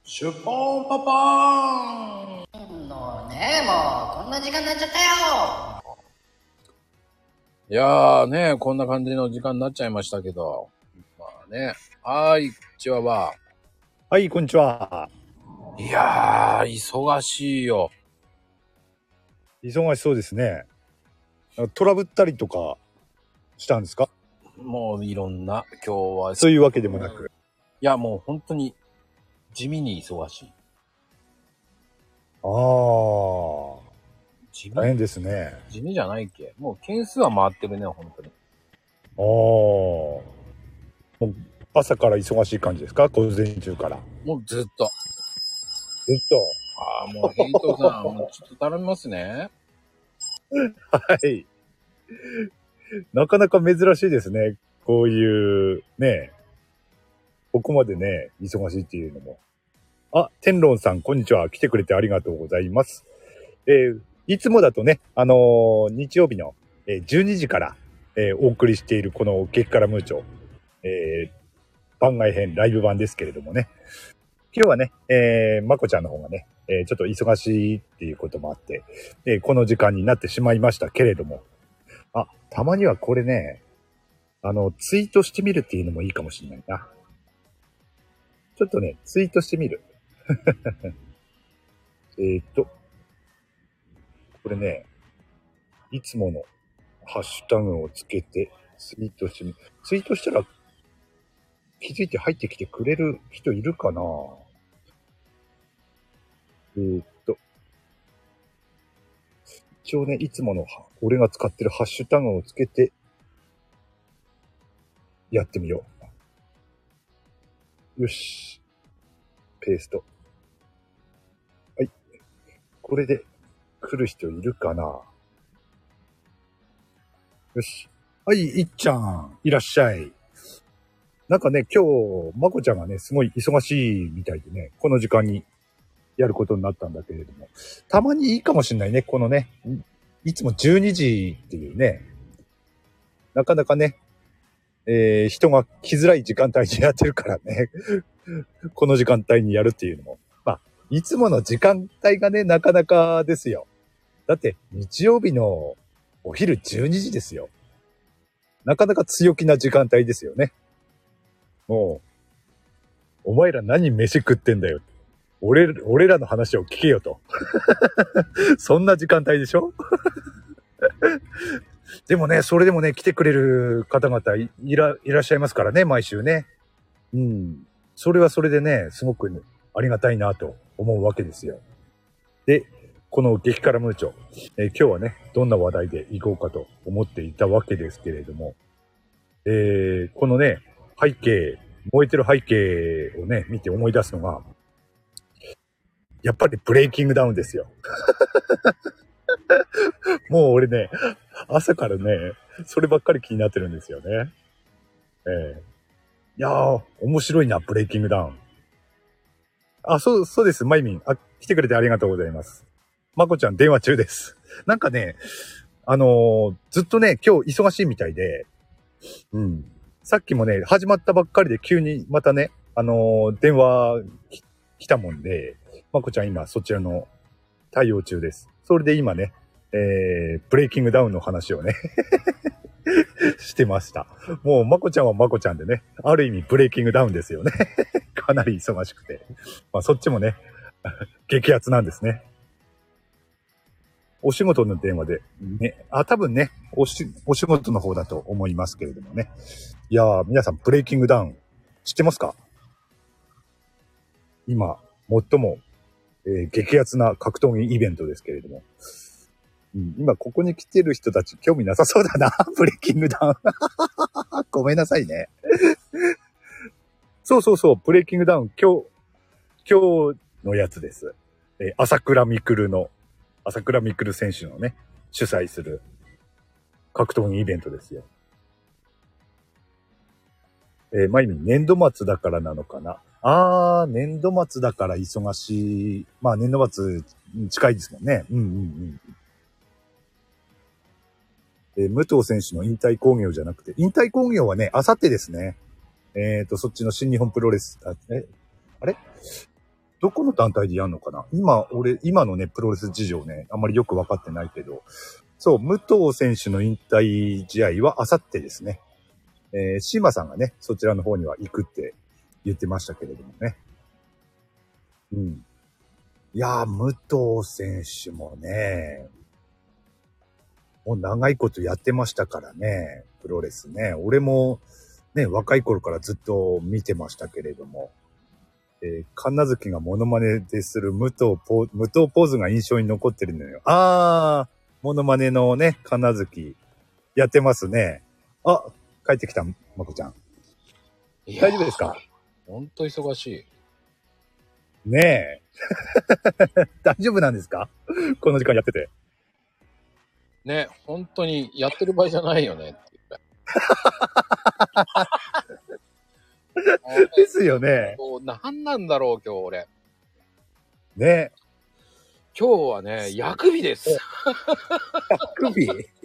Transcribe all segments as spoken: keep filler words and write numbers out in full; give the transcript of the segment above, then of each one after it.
シュポンポポーンもうね、もうこんな時間になっちゃったよ。 いやーね、こんな感じの時間になっちゃいましたけど。まあね。はーい、こんにちはは。 はい、こんにちは。 いやー、忙しいよ。 忙しそうですね。トラブったりとかしたんですか？ もういろんな、今日は。 そういうわけでもなく。 いや、もう本当に地味に忙しい。 ああ、 地味大変ですね。 地味じゃないっけ？もう件数は回ってるね、本当に。 ああ、もう朝から忙しい感じですか？午前中から。 もうずっと。 ずっああ、もうヘイトさん、もうちょっと頼みますね。 と。はい。なかなか珍しいですね。こういう、ね、ここまでね、忙しいっていうのも。あ、天論さん、こんにちは。来てくれてありがとうございます。えーいつもだとね、あのー日曜日の、えーじゅうにじから、えーお送りしているこの激辛ムーチョ、えー番外編ライブ版ですけれどもね。今日はね、えー、まこちゃんの方がね、えーちょっと忙しいっていうこともあって、えーこの時間になってしまいましたけれども。あ、たまにはこれね、あの、ツイートしてみるっていうのもいいかもしれないな。ちょっとね、ツイートしてみる。えーっと、これね、いつものハッシュタグをつけてツイートしてみる。ツイートしたら気づいて入ってきてくれる人いるかな？えーっと、一応ね、いつもの俺が使ってるハッシュタグをつけてやってみよう。よし。ペースト。はい。これで来る人いるかな？よし。はい、いっちゃん、いらっしゃい。なんかね、今日、まこちゃんがね、すごい忙しいみたいでね、この時間にやることになったんだけれども、たまにいいかもしれないね、このね、いつもじゅうにじっていうね、なかなかね、えー、人が来づらい時間帯にやってるからね、この時間帯にやるっていうのも、まあ、いつもの時間帯がね、なかなかですよ。だって、日曜日のお昼じゅうにじですよ。なかなか強気な時間帯ですよね。もう、お前ら何飯食ってんだよ。俺、俺らの話を聞けよと。そんな時間帯でしょ？でもね、それでもね、来てくれる方々いいら、いらっしゃいますからね、毎週ね。うん。それはそれでね、すごく、ね、ありがたいなと思うわけですよ。で、この激辛ムーチョ、えー今日はね、どんな話題でいこうかと思っていたわけですけれども、えー、このね、背景、燃えてる背景をね、見て思い出すのが、やっぱりブレイキングダウンですよ。もう俺ね、朝からね、そればっかり気になってるんですよね。えー、いやー、面白いな、ブレイキングダウン。あ、そう、そうです、マイミン。あ、来てくれてありがとうございます。まこちゃん、電話中です。なんかね、あのーずっとね、今日忙しいみたいで、うん。さっきもね、始まったばっかりで急にまたね、あのー電話き来たもんで、まこちゃん今そちらの対応中です。それで今ね、えー、ブレイキングダウンの話をね、してました。もうまこちゃんはまこちゃんでね、ある意味ブレイキングダウンですよね。かなり忙しくて。まあそっちもね、激アツなんですね。お仕事の電話で、ね、あ、多分ね、おし、お仕事の方だと思いますけれどもね。いやー、皆さん、ブレイキングダウン、知ってますか？今、最も、えー激アツな格闘技イベントですけれども。うん、今、ここに来てる人たち、興味なさそうだな、ブレイキングダウン。ごめんなさいね。そうそうそう、ブレイキングダウン、今日、今日のやつです。えー朝倉未来の、朝倉未来選手のね、主催する格闘技イベントですよ。えー、まゆみ、年度末だからなのかな。あー、年度末だから忙しい。まあ、年度末近いですもんね。うんうんうん。えー、武藤選手の引退興行じゃなくて、引退興行はね、あさってですね。えっと、そっちの新日本プロレス、あ、え、あれどこの団体でやんのかな今、俺、今のね、プロレス事情ね、あんまりよくわかってないけど、そう、武藤選手の引退試合はあさってですね。えー、シーマさんがね、そちらの方には行くって言ってましたけれどもね。うん。いやー、武藤選手もね、もう長いことやってましたからね、プロレスね。俺もね、若い頃からずっと見てましたけれども、えー、神奈月がモノマネでする武藤ポー、武藤ポーズが印象に残ってるのよ。あー、モノマネのね、神奈月、やってますね。あ、帰ってきた、まこちゃん。大丈夫ですか？ ほんと忙しい。 ねえ。大丈夫なんですか？この時間やってて。 ね、本当にやってる場合じゃないよねっていうか。 ですよね。 そう、なんなんだろう、今日俺。 ね。 今日はね、薬日です。 首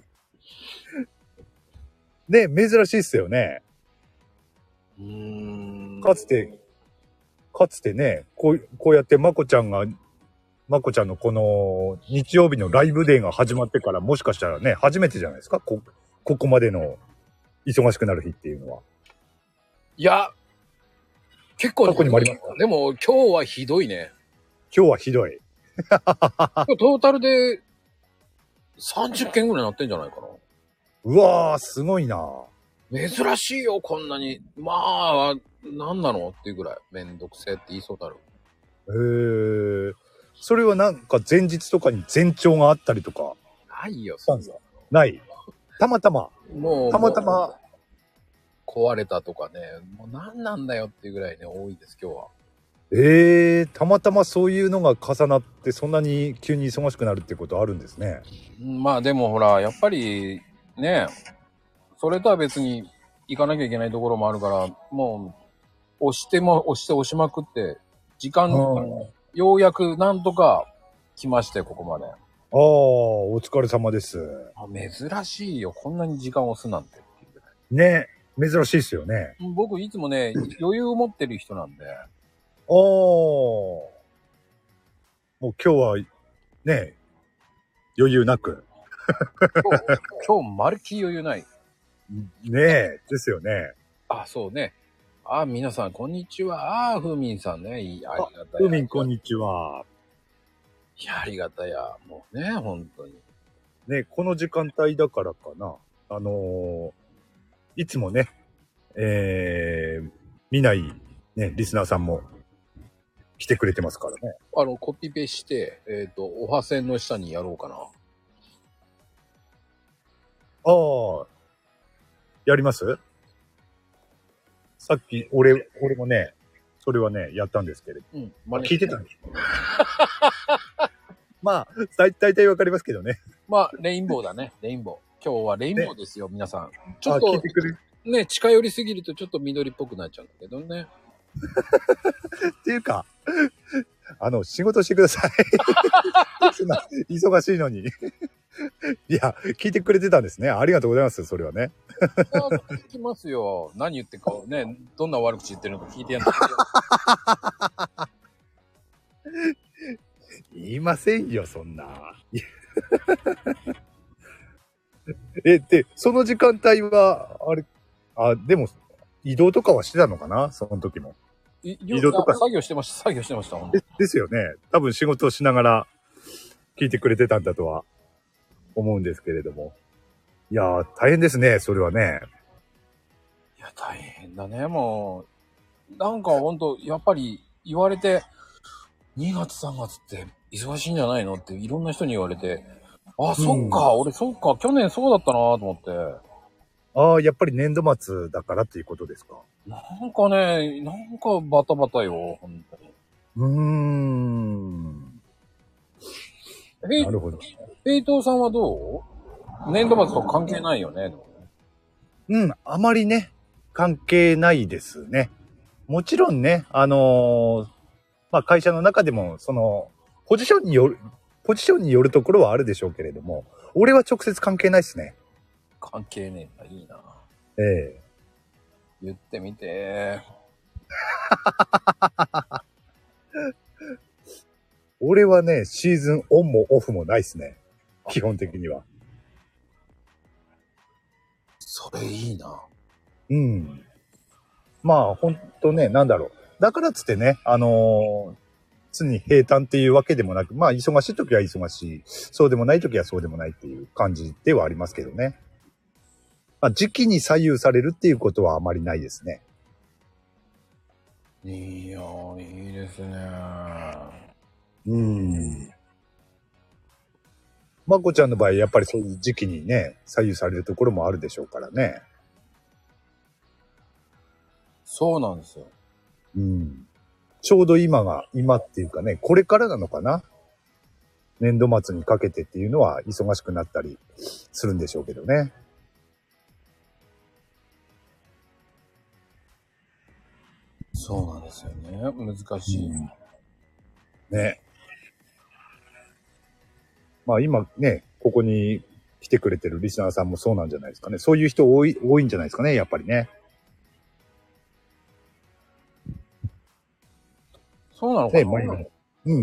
ね、珍しいっすよね。 うーん。 かつて、かつてね、こう、こうやってまこちゃんが、まこちゃんのこの日曜日のライブデーが始まってからもしかしたらね、初めてじゃないですか？こ、ここまでの忙しくなる日っていうのは。 いや、結構過去にもありますか？ でも今日はひどいね。 今日はひどい。 今日トータルでさんじゅっけんぐらいなってんじゃないかな。 うわー、すごいな。 珍しいよ、こんなに。まあ、なんなのっていうぐらいめんどくせえって言いそうになる。 へー。それはなんか前日とかに前兆があったりとかないよ、 したんですか？ない。たまたま。 もう、 たまたま。 壊れたとかね、もう何なんだよっていうぐらいね、多いです、今日は。 ええー、たまたまそういうのが重なってそんなに急に忙しくなるってことあるんですね。 まあでもほら、やっぱりね、それとは別に行かなきゃいけないところもあるから、もう押しても押して押しまくって、時間、ようやくなんとか来まして、ここまで。あああ、お疲れ様です。 珍しいよ、こんなに時間押すなんて。 ね、珍しいですよね。 僕いつもね、余裕を持ってる人なんで。 ああ、もう今日はね、余裕なく。 今日、今日まるっきり余裕ない。 ねえ、ですよね。 あ、そうね。あ、皆さん、こんにちは。あ、ふみんさんね。いい、ありがたい。 ふみん、こんにちは。 いや、ありがたや。もうね、本当に。 ね、この時間帯だからかな。あのー、いつもね、えー、見ないね、リスナーさんも来てくれてますからね。 あの、コピペして、えっと、おは線の下にやろうかな。 ああ、やります？さっき、俺、俺もね、それはね、やったんですけれど。 うん。 まあ、聞いてたんです。まあ、だいたいわかりますけどね。 まあ、レインボーだね。レインボー。今日はレインボーですよ、皆さん。ちょっあ、聞いとてくれ。 ね、近寄りすぎるとちょっと緑っぽくなっちゃうんだけどね。 っていうか、あの、仕事してください。そんな忙しいのに。いや、聞いてくれてたんですね。ありがとうございます、それはね。 聞きますよ。何言ってるかね、どんな悪口言ってるのか聞いてやんな言いませんよ、そんな。え、で、その時間帯は、あれ、あ、でも、移動とかはしてたのかなその時も。 移動とか作業してました、作業してました。 でですよね。多分仕事をしながら聞いてくれてたんだとは思うんですけれども。いやー、大変ですね、それはね。 いや、大変だね、もう。なんかほんと、やっぱり言われて、にがつさんがつって忙しいんじゃないのっていろんな人に言われて、あ、そっか、俺そっか、去年そうだったなと思って。 ああ、やっぱり年度末だからっていうことですか。 なんかね、なんかバタバタよ、ほんとに。 うーん。 え、 なるほど。 平等さんはどう？年度末と関係ないよね。 うん、あまりね、関係ないですね。もちろんね、あのーまあ、会社の中でも、その、ポジションによる、ポジションによるところはあるでしょうけれども、俺は直接関係ないですね。 関係ねえんだ、いいな。 ええ。 言ってみて。 俺はね、シーズンオンもオフもないっすね。基本的には。 それいいな。 うん。まあ、ほんとね、なんだろう。だからっつってね、あのー常に平坦っていうわけでもなく、まあ、忙しい時は忙しい。そうでもない時はそうでもないっていう感じではありますけどね。まあ、時期に左右されるっていうことはあまりないですね。 いやー、いいですね。 うん。まこちゃんの場合、やっぱりそういう時期にね、左右されるところもあるでしょうからね。 そうなんですよ。 うん。ちょうど今が、今っていうかね、これからなのかな。年度末にかけてっていうのは忙しくなったりするんでしょうけどね。 そうなんですよね。難しい。 うん、ね。まあ今ね、ここに来てくれてるリスナーさんもそうなんじゃないですかね。そういう人多い、多いんじゃないですかね、やっぱりね。 そうなのかな、 ね、毎日。うん。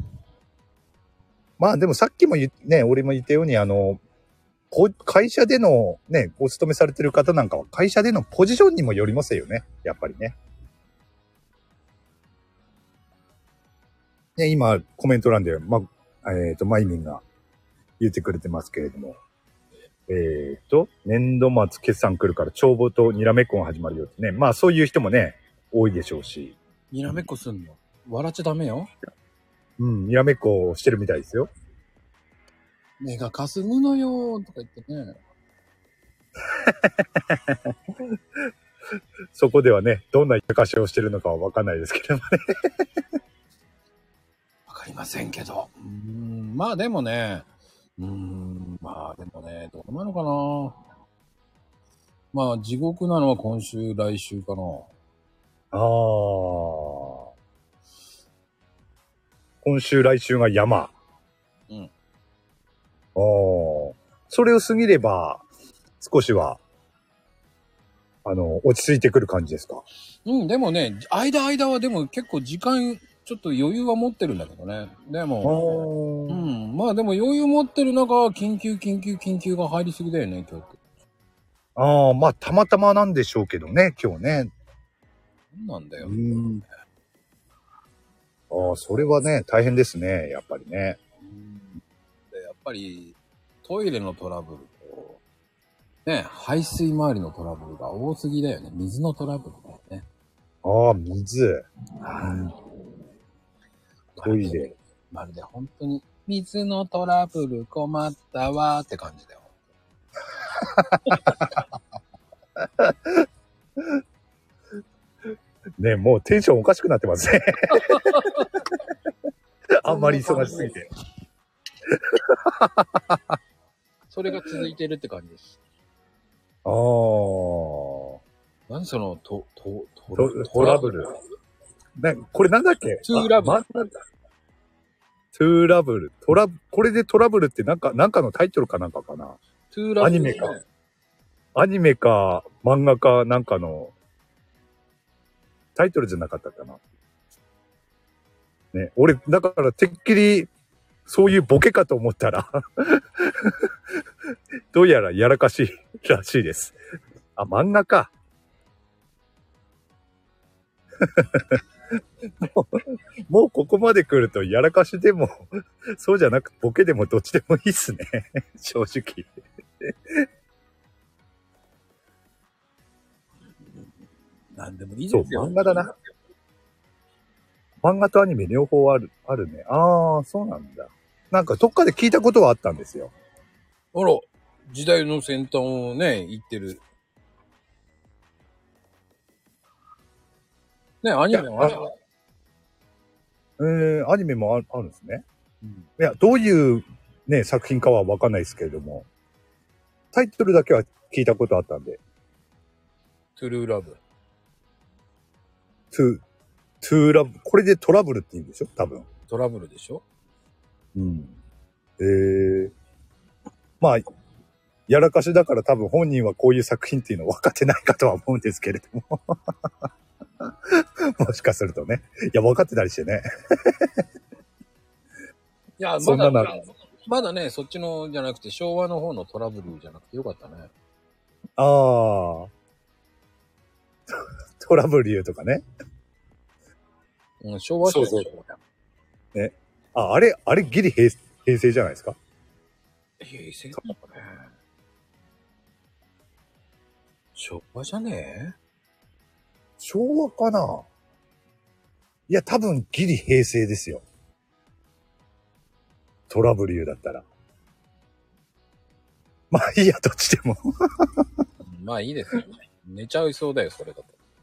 まあでもさっきも言ね、俺も言ったように、あの、会社でのね、お勤めされてる方なんかは会社でのポジションにもよりますよね。やっぱりね。ね、今、コメント欄で、ま、えっ、ー、と、マイミンが言ってくれてますけれども。えっ、ー、と、年度末決算来るから帳簿とにらめっこが始まるよってね。まあそういう人もね、多いでしょうし。 にらめっこすんの笑っちゃダメよ。 うん、にらめっこしてるみたいですよ。 目がかすむのよとか言ってね。 そこではね、どんなやかしをしてるのかはわかんないですけどもね。 わかりませんけど。うーん、まあでもね、うーん、まあでもね、どうなのかな。まあ地獄なのは今週、来週かな。 ああ。今週、来週が山。 うん。 ああ。それを過ぎれば、少しは、あの、落ち着いてくる感じですか？ うん、でもね、間間はでも結構時間、ちょっと余裕は持ってるんだけどね。でも、うん、まあでも余裕持ってる中、緊急、緊急、緊急が入りすぎだよね、今日。 ああ、まあ、たまたまなんでしょうけどね、今日ね。 そうなんだよ。 うん。ああ、それはね、大変ですね、やっぱりね。 でやっぱり、トイレのトラブルと、ね、排水周りのトラブルが多すぎだよね。水のトラブルだよね。 ああ、水。 はい。 トイレ。 まるで本当に、水のトラブル困ったわーって感じだよ。 ね、もうテンションおかしくなってますね。あんまり忙しすぎて。 それが続いてるって感じです。 ああ。 何そのト、ト、ト、 トトラブル。な、これなんだっけ？ トゥーラブル。 トゥーラブル。トラ、これでトラブルってなんか、なんかのタイトルかなんかかな？ トゥーラブル、ね。 アニメか。アニメか、漫画かなんかの、タイトルじゃなかったかな。ね、俺、だからてっきり、そういうボケかと思ったら、どうやらやらかしいらしいです。あ、漫画か。もう、もうここまで来るとやらかしでも、そうじゃなくボケでもどっちでもいいっすね。正直。 なんでもいいですよ。 そう、漫画だな。漫画とアニメ両方ある、あるね。ああ、そうなんだ。なんかどっかで聞いたことはあったんですよ。 あら、時代の先端をね、言ってる。ね、アニメもある。 えー、アニメもああるんですね。うん、いや、どういうね、作品かはわかんないですけれども、タイトルだけは聞いたことあったんで。 トゥルーラブ。 トゥ、トゥーラブ、これでトラブルって言うんでしょ？多分。 トラブルでしょ？ うん。えー、まあ、やらかしだから多分本人はこういう作品っていうの分かってないかとは思うんですけれども。もしかするとね。いや、分かってたりしてね。 いや、 そまだ、 んななる。 まだね、そっちのじゃなくて、昭和の方のトラブルじゃなくてよかったね。 ああ。トラブル言うとかね。 うん、昭和そうそう。ね。あ、あれ、あれギリ平平成じゃないですか。 平成だったかね。昭和じゃねえ？ 昭和かな。いや、多分ギリ平成ですよ。トラブル言うだったら。まあいいや、どっちでも。 まあいいですよね。寝ちゃいそうだよ、それだと。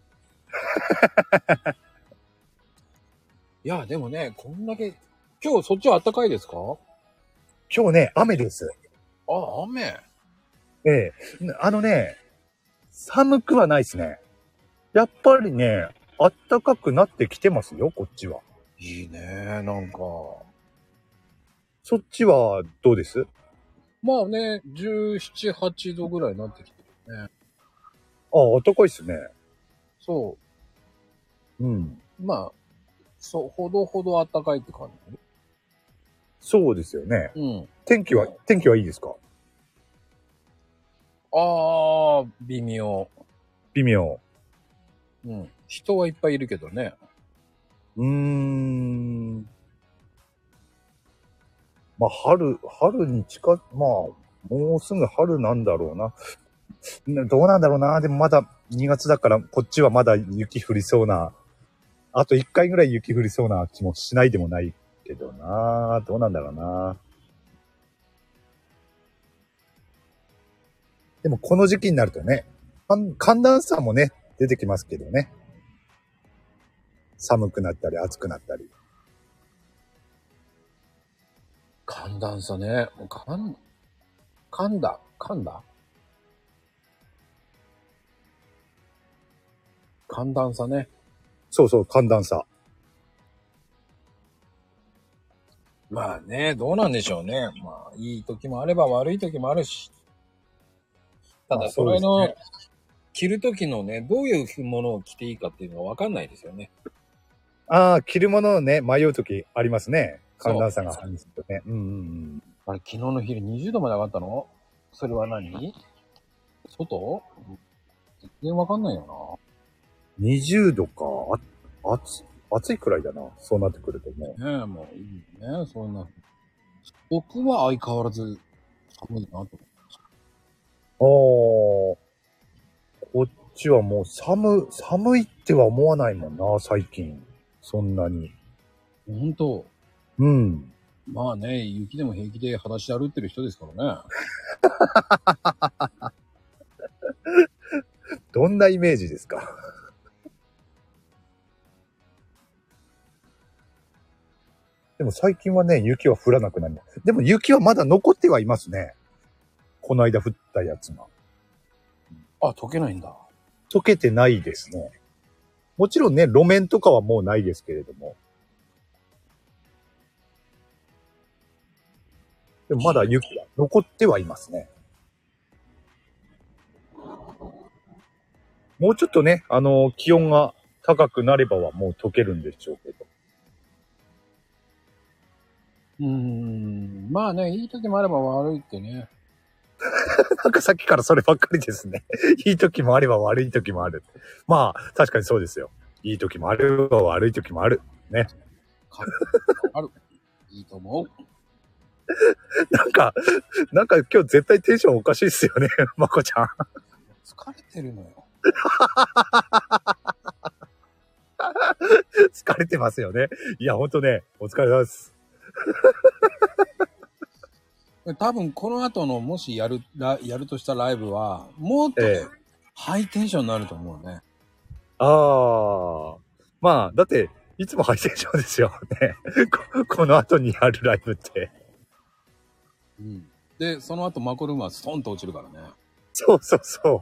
いや、でもね、こんだけ、今日そっちは暖かいですか？ 今日ね、雨です。 あ、雨。 ええ。あのね、寒くはないですね。やっぱりね、暖かくなってきてますよ、こっちは。 いいね、なんか。 そっちはどうです？ まあね、じゅうなな、はちどぐらいになってきてるね。 ああ、暖かいっすね。 そうん。 う。まあ、そう、ほどほど暖かいって感じ。 そうですよね。 うん。 天気は、天気はいいですか？ ああ、微妙。 微妙。 うん。人はいっぱいいるけどね。 うーん。まあ、春、春に近っ、まあ、もうすぐ春なんだろうな。などうなんだろうな。でもまだにがつだから、こっちはまだ雪降りそうな。あといっかいぐらい雪降りそうな気もしないでもないけどな。どうなんだろうな。でもこの時期になるとね、寒寒暖差もね、出てきますけどね。寒くなったり暑くなったり。 寒暖差ね。もうかん、噛んだ。噛んだ寒暖差ね。 そうそう、寒暖差。 まあね、どうなんでしょうね。まあ、いい時もあれば悪い時もあるし。ただ、それの、 まあそうですね。 着る時のね、どういうものを着ていいかっていうのはわかんないですよね。 ああ、着るものをね、迷うときありますね。寒そう。 暖差が激しいとね。うんうんうん。 あれ、昨日の昼にじゅうどまで上がったの？それは何？外？全然わかんないよにじゅうどか。あ、暑、暑いくらいだな。そうなってくるとね。 な。ねえ、もういいね。そんな。僕は相変わらず寒いなと思って。 ああ、こっちはもう寒、寒いっては思わないもんな、最近。そんなに。 ほんと。 うん。 まあね、雪でも平気で裸足で歩ってる人ですからね。 どんなイメージですか？でも最近はね、雪は降らなくなります。でも雪はまだ残ってはいますね。この間降ったやつが。 あ、溶けないんだ。 溶けてないですね。もちろんね、路面とかはもうないですけれども。でもまだ雪は残ってはいますね。もうちょっとね、あの、気温が高くなればはもう溶けるんでしょうけど。 うーん。まあね、いい時もあれば悪いってね。 なんかさっきからそればっかりですね。いい時もあれば悪い時もある。まあ、確かにそうですよ。いい時もあれば悪い時もある。ね。 ある。いいと思う。 なんか、なんか今日絶対テンションおかしいっすよね。まこちゃん。 疲れてるのよ。 疲れてますよね。いや、ほんとね、お疲れ様です。 多分この後のもしやる、らやるとしたライブは、もっとええ。 ハイテンションになると思うね。 ああ。まあ、だって、いつもハイテンションですよね。こ、この後にやるライブって。 うん。で、その後マコルームはストンと落ちるからね。 そうそうそう。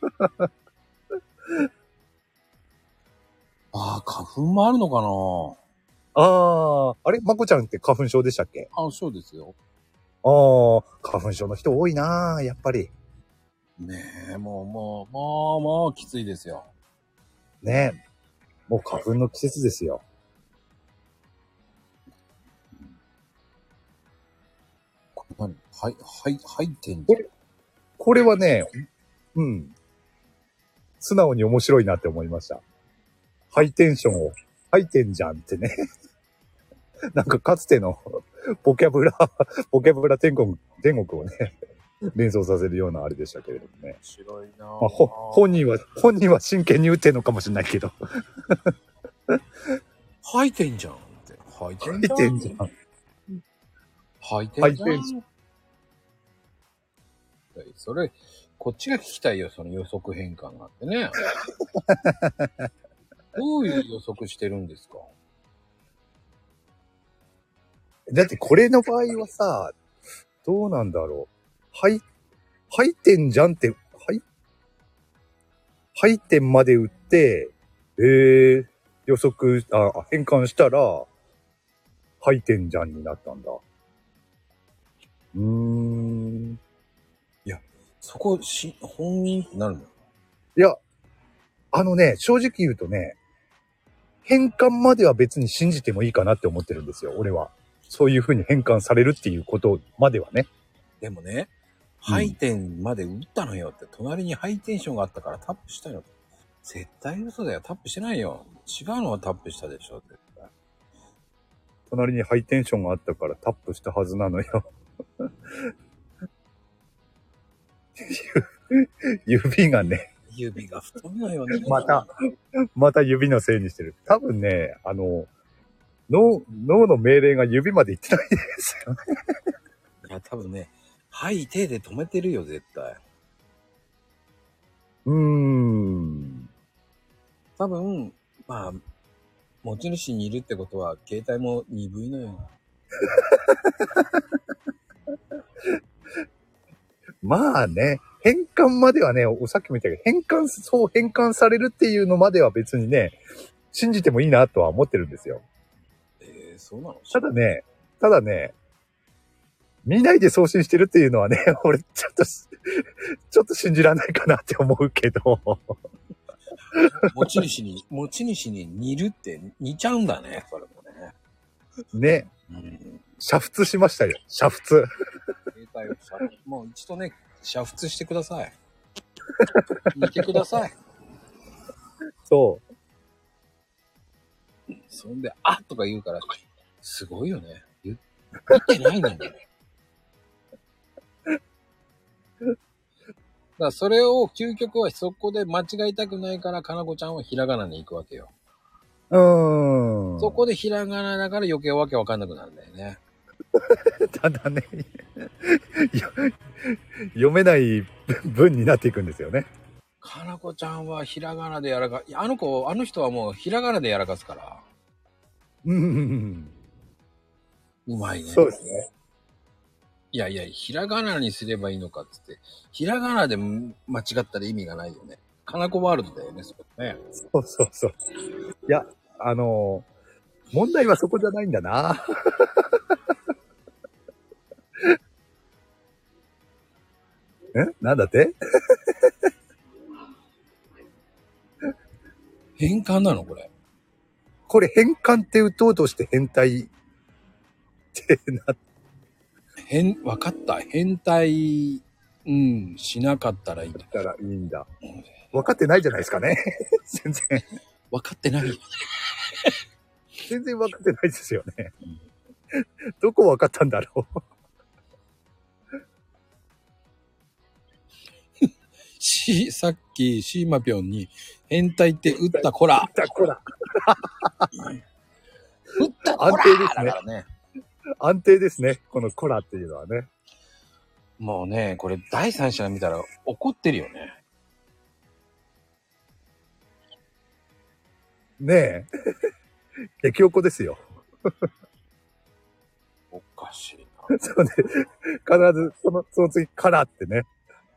ああ、花粉もあるのかああ、あれまこちゃんって花粉症でしたっけ？ な？あ、そうですよ。 ああ、花粉症の人多いな、やっぱり。 ねえ、もう、もう、もう、もうきついですよ。 ね。もう花粉の季節ですよ。 何はい、はい、入ってんじこれ、これはね、うん。素直に面白いなって思いました。ハイテンションを、ハイテンじゃんってね。なんかかつてのボキャブラ、ボキャブラ天国、天国をね、連想させるようなあれでしたけれどもね。 面白いなぁ。 まあ、ほ本人は、本人は真剣に打ってんのかもしれないけど。 吐いてんじゃんって。吐いてんハイじゃん。 テンじゃん。 吐いてんじゃん。 ハイテンじそれ、こっちが聞きたいよ、その予測変換があってね。どういう予測してるんですか？ だってこれの場合はさ、どうなんだろう。はい、入ってんじゃんって、はい、入ってんまで打って、えー、予測、あ、変換したら、入ってんじゃんになったんだ。うーん。 そこ、し、本人ってなるの？ いや、あのね、正直言うとね、変換までは別に信じてもいいかなって思ってるんですよ、俺は。そういう風に変換されるっていうことまではね。 でもね、 うんハイテンまで打ったのよって、隣にハイテンションがあったからタップしたよ。絶対嘘だよ。タップしてないよ。違うのはタップしたでしょ。絶対。 隣にハイテンションがあったからタップしたはずなのよ。指がね、 指が太いのよね。 また、また指のせいにしてる。多分ね、あの、脳、脳の命令が指まで行ってないですよね。 いや、多分ね、はい手で止めてるよ、絶対。 うーん。 多分、まあ、持ち主にいるってことは、携帯も鈍いのよ。 まあね、変換まではね、おさっきも言ったけど、変換、そう変換されるっていうのまでは別にね、信じてもいいなとは思ってるんですよ。 えー、そうなの？ ただね、ただね、見ないで送信してるっていうのはね、俺ちょっと、ちょっと信じられないかなって思うけど。 持ち主に、持ち主に似るって似ちゃうんだね、それもね。 ね、 うん。 煮沸しましたよ。煮沸。 携帯をしゃ、もう一度ね、煮沸してください。見てください。 そそんで、あとか言うから、すごいよね。言見てないのに。だからそれを究極はそこで間違いたくないから、かなこちゃんはひらがなに行くわけよ。 う。うーん。 そこでひらがなだから余計わけわかんなくなるんだよね。 ただね、よ読めない文になっていくんですよね。 かなこちゃんはひらがなでやらか、いやあの子、あの人はもうひらがなでやらかすから。 うん。 うまいね。 そうですね。 いやいや、ひらがなにすればいいのかっつって、ひらがなで間違ったら意味がないよね。かなこワールドだよね、それね。 そうそうそう。いや、あのー、問題はそこじゃないんだな。えなんだって変換なのこれ。 これ変換って打とうとして変態ってなっ変、わかった。変態、うん、しなかったらいいんだ。 たらいいんだ。分かってないじゃないですかね。全然。 わかってないよ。 全然分かってないですよね。どこ分かったんだろう。 し、さっき、シーマピョンに、変態って打ったコラ。 打ったコラ。 打ったコラ安定ですねだからね。 安定ですね。このコラっていうのはね。 もうね、これ第三者が見たら怒ってるよね。 ねえ。激おこですよ。 おかしいな。 そうね。必ず、その、その次、カラーってね。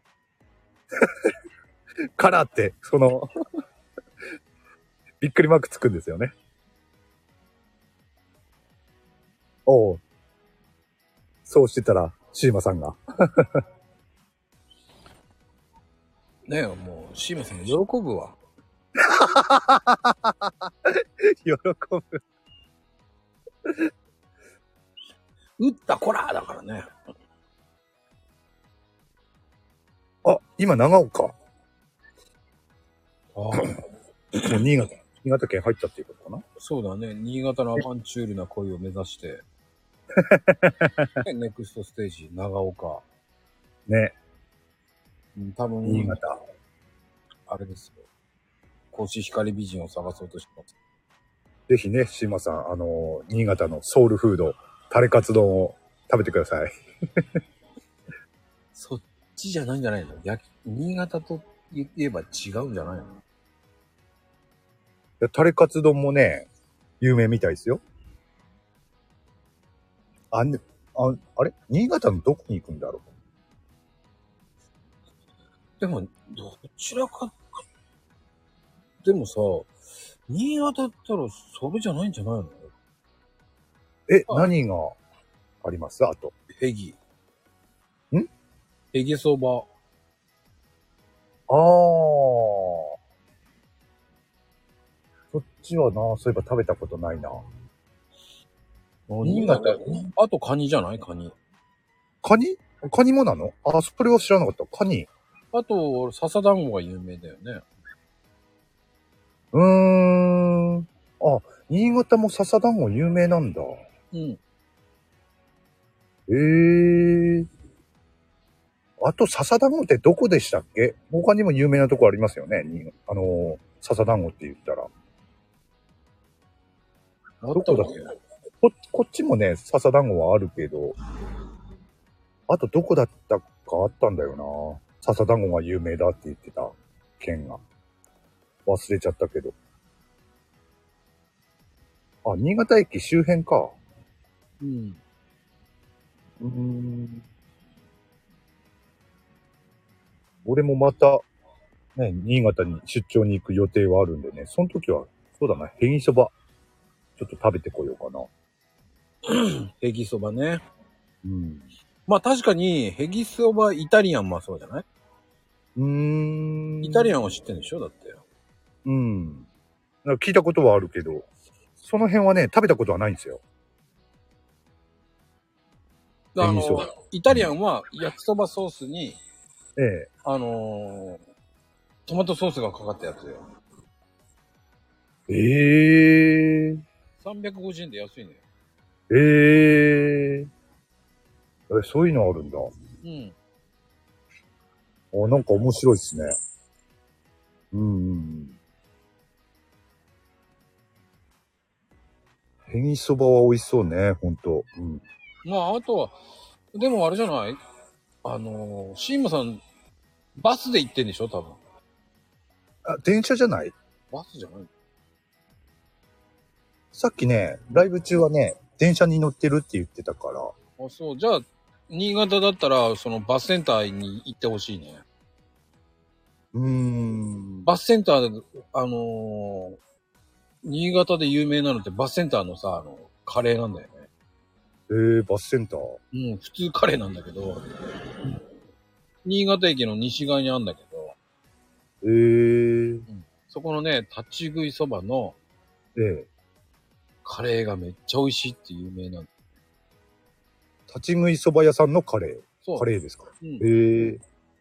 カラーって、その、びっくりマークつくんですよね。おう。そうしてたら、シーマさんが。 ねえ、もう、シーマさん喜ぶわ。 喜ぶ。 打ったコラだからね。 今長岡。もああ、 う新潟、新潟県入ったっていうことかな。 そうだね。新潟のアバンチュールな恋を目指して。でネクストステージ、長岡。 ね。 うん多分、 新潟。 あれですよ。コシヒカリ美人を探そうとしてます。 ぜひね、シーマさん、あの、新潟のソウルフード、タレカツ丼を食べてください。 そっちじゃないんじゃないの？焼き、新潟と言えば違うんじゃないの？ でタレカツ丼もね、有名みたいですよ。あ、ね、あ、あれ新潟のどこに行くんだろでも、どちらか、でもさ、新潟だったらそれじゃないんじゃないの？ う。え、 あ何がありますあと。 ヘギ。 んヘギそば。 あー。そっちはな、そういえば食べたことないな。新潟あとカニじゃない？カニ。 カニカニもなの？あ、それは知らなかった。カニ。 あと、笹団子が有名だよね。 うーん。あ、新潟も笹団子有名なんだ。 うん。 ええー。あと、笹団子ってどこでしたっけ？他にも有名なとこありますよね。にあのー、笹団子って言ったら。 どどこだっけ？こ、こっちもね、笹団子はあるけど、あとどこだったかあったんだよな。笹団子が有名だって言ってた県が。忘れちゃったけど。あ、新潟駅周辺か。 うん。 うーん。俺もまた、ね、新潟に出張に行く予定はあるんでね、その時は、そうだな、ヘギそば、ちょっと食べてこようかな。 ヘギそばね。 うん。 まあ確かに、ヘギそばイタリアンもそうじゃない？ うーん。 イタリアンは知ってんでしょ？だって。 うん。なんか聞いたことはあるけど、その辺はね、食べたことはないんですよ。 あのヘギそば。、 イタリアンは焼きそばソースに、 ええ。 あのー、トマトソースがかかったやつよ。 ええさんびゃくごじゅうえんで安いね。 ー。ええー。え、そういうのあるんだ。 うん。 あ、なんか面白いっすね。うんうんうん。ヘギそばは美味しそうね、ほんと。うん。 まあ、あとは、でもあれじゃない？あのー、シーマさん、バスで行ってんでしょ？多分。 あ、電車じゃない？ バスじゃない？ さっきね、ライブ中はね、電車に乗ってるって言ってたから。 あ、そう。じゃあ、新潟だったら、そのバスセンターに行ってほしいね。 うーん。 バスセンター、あのー、新潟で有名なのってバスセンターのさ、あの、カレーなんだよね。 えー、バスセンター。 うん、普通カレーなんだけど、新潟駅の西側にあるんだけど、 えー、 うん、そこのね、立ち食いそばのええ。 カレーがめっちゃ美味しいって有名なんだ。 立ち食いそば屋さんのカレー。 そう。 カレーですか？ うん。 えー。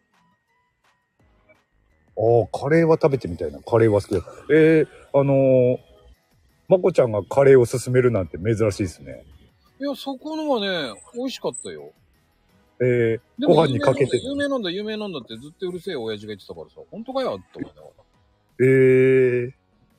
ああ、カレーは食べてみたいな。カレーは好きだ。えー、あのー、まこちゃんがカレーを勧めるなんて珍しいですね。 いや、そこのはね、美味しかったよ。 えー、 でもご飯にかけて。 有名なんだ、有名なんだってずっとうるせえ親父が言ってたからさ、本当かよって思いながら。 えー。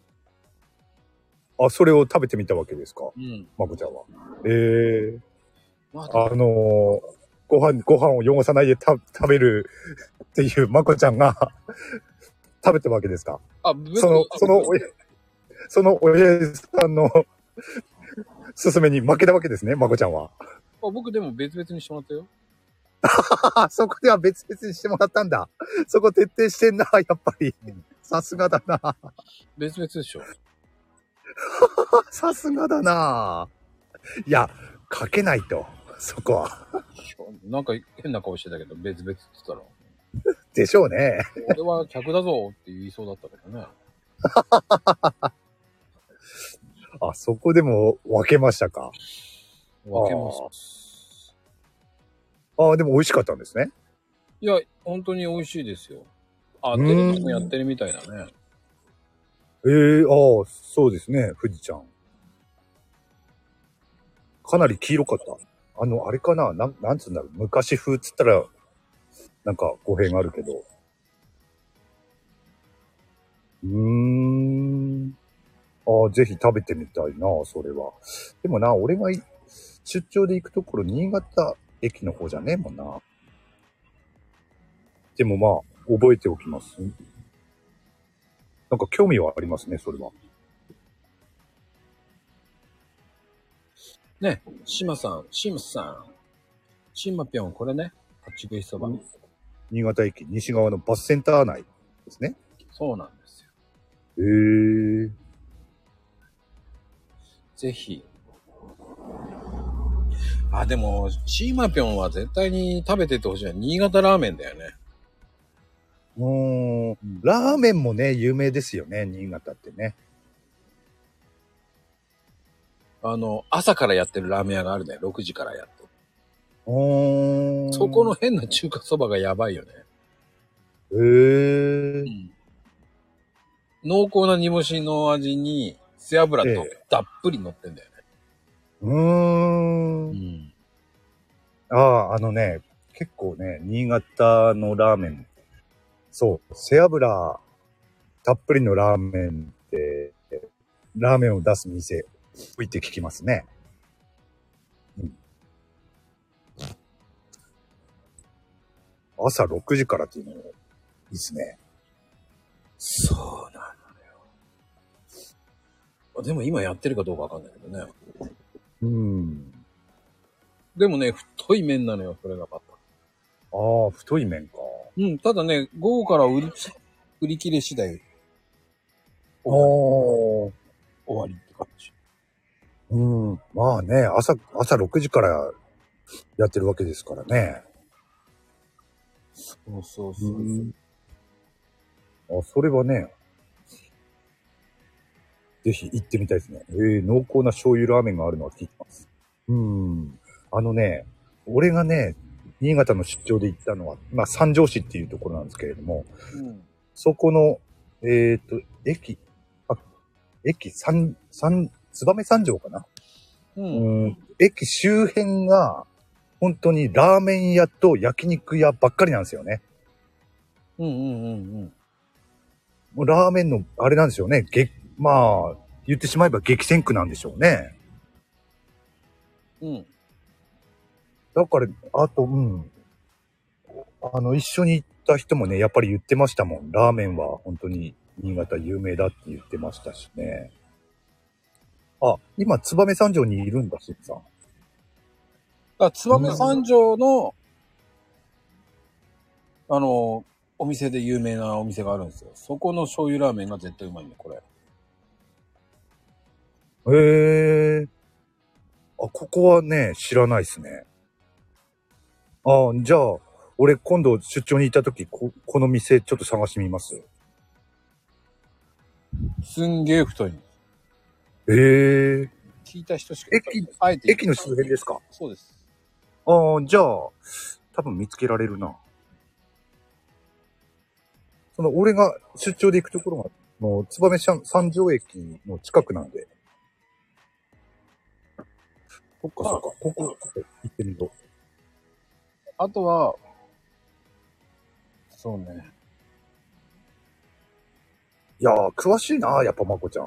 あ、それを食べてみたわけですか？ うん。 まこちゃんは。えー。 まあ、 あのー、ご飯、ご飯を汚さないでた食べるっていうまこちゃんが食べたわけですか？ あ、別にその、そのおや、その親父さんの勧めに負けたわけですね、まこちゃんは。 あ僕でも別々にしてもらったよ。 そこでは別々にしてもらったんだ。そこ徹底してんな、やっぱり。さすがだな。 別々でしょ。 さすがだな。いや、かけないと、そこは。 なんか変な顔してたけど、別々って言ったら。 でしょうね。 俺は客だぞって言いそうだったけどね。 あ、そこでも分けましたか。 分けます。 ああ、でも美味しかったんですね。 いや、本当に美味しいですよ。あ、 うーんテレビもやってるみたいだね。 ええー、ああ、そうですね、富士ちゃん。かなり黄色かった。あの、あれかななん、なんつうんだろう。昔風っつったら、なんか語弊があるけど。うーん。ああ、ぜひ食べてみたいな、それは。でもな、俺がい出張で行くところ、新潟駅の方じゃねえもんな。でもまあ、覚えておきます。なんか興味はありますね、それは。 ね、シマさん、シムさん、シマぴょん、これね、立ち食いそば。 新潟駅西側のバスセンター内ですね。 そうなんですよ。 へえー。 ぜひ。あ、でも、シーマぴょんは絶対に食べてってほしいのは新潟ラーメンだよね。 うーん。ラーメンもね、有名ですよね、新潟ってね。 あの、朝からやってるラーメン屋があるね。ろくじからやってる。 うーん。 そこの変な中華そばがやばいよね。 へえー。 濃厚な煮干しの味に背脂とええたっぷり乗ってんだよね。 うーん。 ん。 ああ、あのね、結構ね、新潟のラーメン、そう、背脂たっぷりのラーメンって、ラーメンを出す店、多いって聞きますね。うん、朝ろくじからっていうのもいいですね。 そうなの。でも今やってるかどうかわかんないけどね。 うん。 でもね、太い麺なのよ、それがまた。 ああ、太い麺か。 うん、ただね、午後から売り、売り切れ次第、 ああ、終終わりって感じ。 うん。まあね、朝、朝ろくじからやってるわけですからね。 そうそうそう。 うん。あ、それはね、ぜひ行ってみたいですね。えー、濃厚な醤油ラーメンがあるのは聞いてます。うん。あのね、俺がね、新潟の出張で行ったのは、まあ、三条市っていうところなんですけれども、 うん。 そこの、えっ、と、駅、あ、駅三、三、燕三条かな、 う。 うんん。駅周辺が、本当にラーメン屋と焼肉屋ばっかりなんですよね。 うんうんうんうん。 もうラーメンの、あれなんでしょうね。げ、まあ、言ってしまえば激戦区なんでしょうね。 うん。 だから、あと、うん。あの、一緒に行った人もね、やっぱり言ってましたもん。ラーメンは本当に新潟有名だって言ってましたしね。あ、今、燕三条にいるんだ、しんさん。 あ、燕三条の、あの、お店で有名なお店があるんですよ。そこの醤油ラーメンが絶対うまいね、これ。 へえ。あ、ここはね、知らないですね。あ、じゃあ、俺今度出張に行った時、こ、この店ちょっと探してみます。 すんげえ太いの。 ええ。 聞いた人しか。 駅、 あえて。 駅の周辺ですか？ そうです。 ああ、じゃあ、多分見つけられるな。その、俺が出張で行くところが、もう、燕三条駅の近くなんで。そっかそっか、ここ、行ってみよう。 あとは、そうね。 いやー、詳しいな、やっぱまこちゃん。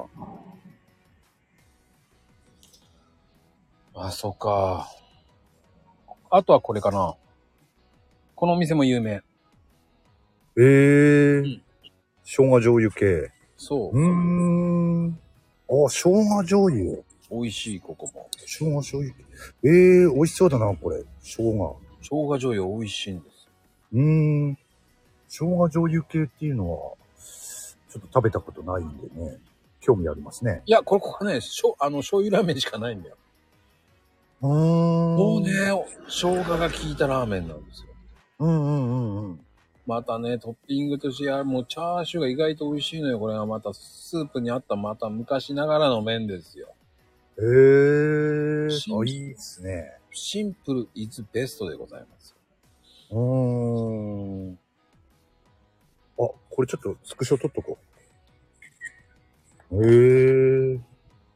あ、そうか。あとはこれかな。このお店も有名。 ええー。 うん。 生姜醤油系。 そう。 うーん。あ、生姜醤油。 美味しい、ここも。 生姜醤油。ええー、美味しそうだな、これ。生姜。 生姜醤油美味しいんです。 うーん。生姜醤油系っていうのは、ちょっと食べたことないんでね。興味ありますね。 いや、これ、ここね、しょ、あの、醤油ラーメンしかないんだよ。 うーん。 もうね、生姜が効いたラーメンなんですよ。 うんうんうんうん。 またね、トッピングとして、あもうチャーシューが意外と美味しいのよ。これがまた、スープにあったまた昔ながらの麺ですよ。 ええー。 シンあ、いいっすね。 シンプルイズベストでございます。 うーん。あ、これちょっとスクショ撮っとこう。へえ。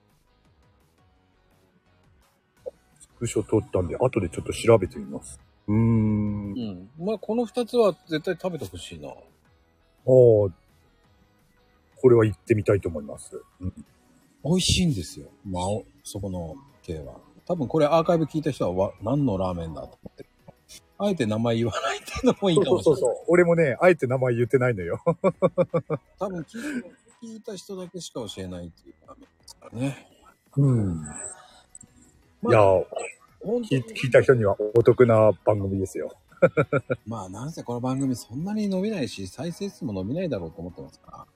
スクショ撮ったんで、後でちょっと調べてみます。うーん。 うん。まあ、この二つは絶対食べてほしいな。 ああ、これは行ってみたいと思います。うん、 美味しいんですよ。まあ、そこの系は。多分これアーカイブ聞いた人はわ何のラーメンだと思ってる。あえて名前言わないっていうのもいいかもしれない。 そうそうそう。俺もね、あえて名前言ってないのよ。 多分聞い聞いた人だけしか教えないっていうラーメンですからね。 うん。 まあ、 いや、 本当に聞いた人にはお得な番組ですよ。 まあ、なんせこの番組そんなに伸びないし、再生数も伸びないだろうと思ってますから。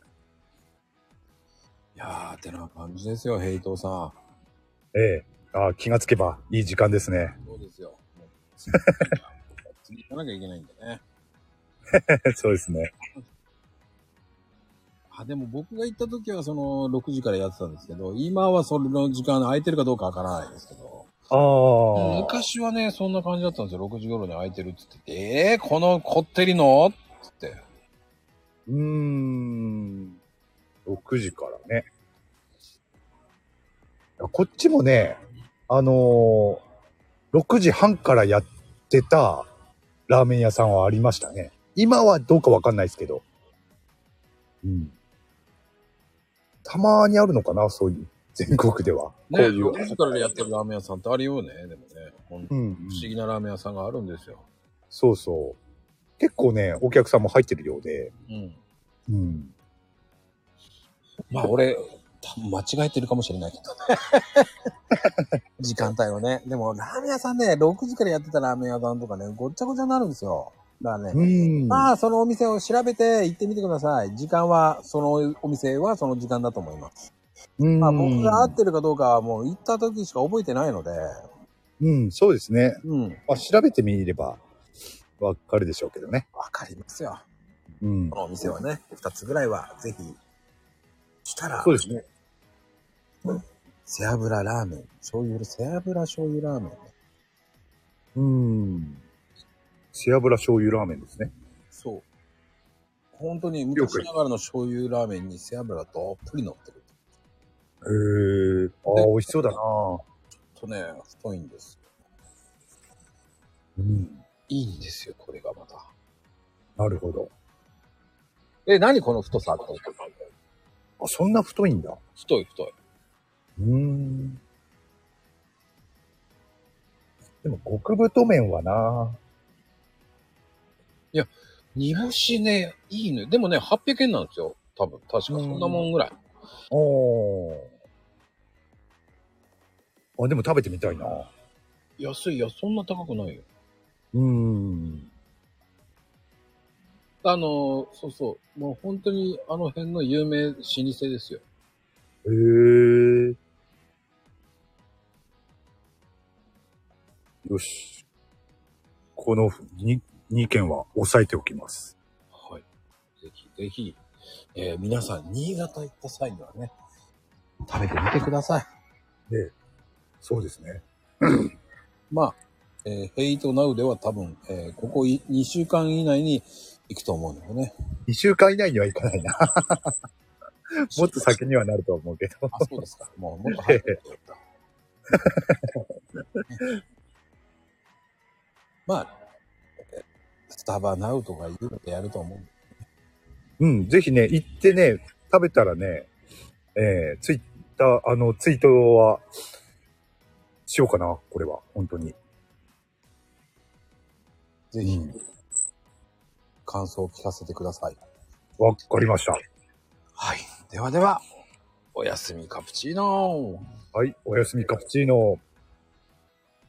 いやー、ってな感じですよ、ヘイトーさん。 ええ。あ、気がつけばいい時間ですね。 そうですよ。もう次行かなきゃいけないんでね。 そうですね。 あ、でも僕が行った時はそのろくじからやってたんですけど、今はそれの時間空いてるかどうかわからないですけど。 ああ。 昔はね、そんな感じだったんですよ。ろくじ頃に空いてるって言ってて、えー、このこってりのって言って。 うーん。ろくじからね。こっちもね、あのー、ろくじはんからやってたラーメン屋さんはありましたね。今はどうかわかんないですけど。うん。たまにあるのかな、そういう、全国では。 ね、 こういう。 ろくじからやってるラーメン屋さんってあるよね。でもね、ほんとうん、うん。 不思議なラーメン屋さんがあるんですよ。 そうそう。結構ね、お客さんも入ってるようで。 うん。 うん。 まあ俺、多分間違えてるかもしれないけどね。時間帯はね。でもラーメン屋さんね、ろくじからやってたラーメン屋さんとかね、ごっちゃごちゃになるんですよ。ラーメン。 うん。 まあ、そのお店を調べて行ってみてください。時間は、そのお店はその時間だと思います。 うん。 まあ僕が合ってるかどうかはもう行った時しか覚えてないので。 うん、そうですね。 うん。 まあ、調べてみればわかるでしょうけどね。 わかりますよ。 うん。 このお店はね、二つぐらいはぜひ、来たら、 そうですね。 背脂ラーメン、醤油、背脂醤油ラーメンね。 うん。背脂醤油ラーメンですね。 そう。本当に昔ながらの醤油ラーメンに背脂どっぷり乗ってる。 へえ。ああ、美味しそうだな。 ちょっとね、太いんですよ。 うん。 いいんですよ、これがまた。 なるほど。 え、何この太さって。 あ、そんな太いんだ。 太い太い。 うーん。でも、極太麺はな。 いや、煮干しね、いいね。でもね、はっぴゃくえんなんですよ。多分、確かそんなもんぐらい。 おー。あ、でも食べてみたいな。 安い、いや、そんな高くないよ。 うーん。 あの、そうそう。もう本当にあの辺の有名老舗ですよ。 へえ。よし。このににけんは押さえておきます。 はい。ぜひぜひ、えー皆さん、新潟行った際にはね、食べてみてください。 で、そうですね。 まあ、えー、ヘイトナウでは多分、えーここいにしゅうかん以内に行くと思うのでね。 にしゅうかん以内にはいかないな。もっと先にはなると思うけど。 あ、そうですか。もう、もっと早く行ってよまあ、えースタバナウとかいうのでやると思う。 うん、ぜひね、行ってね、食べたらね、えー、ツイッター、あの、ツイートは、しようかな、これは、本当に。 ぜひ、 うん感想を聞かせてください。 わかりました。 はい。ではでは、おやすみカプチーノはい、おやすみカプチーノ。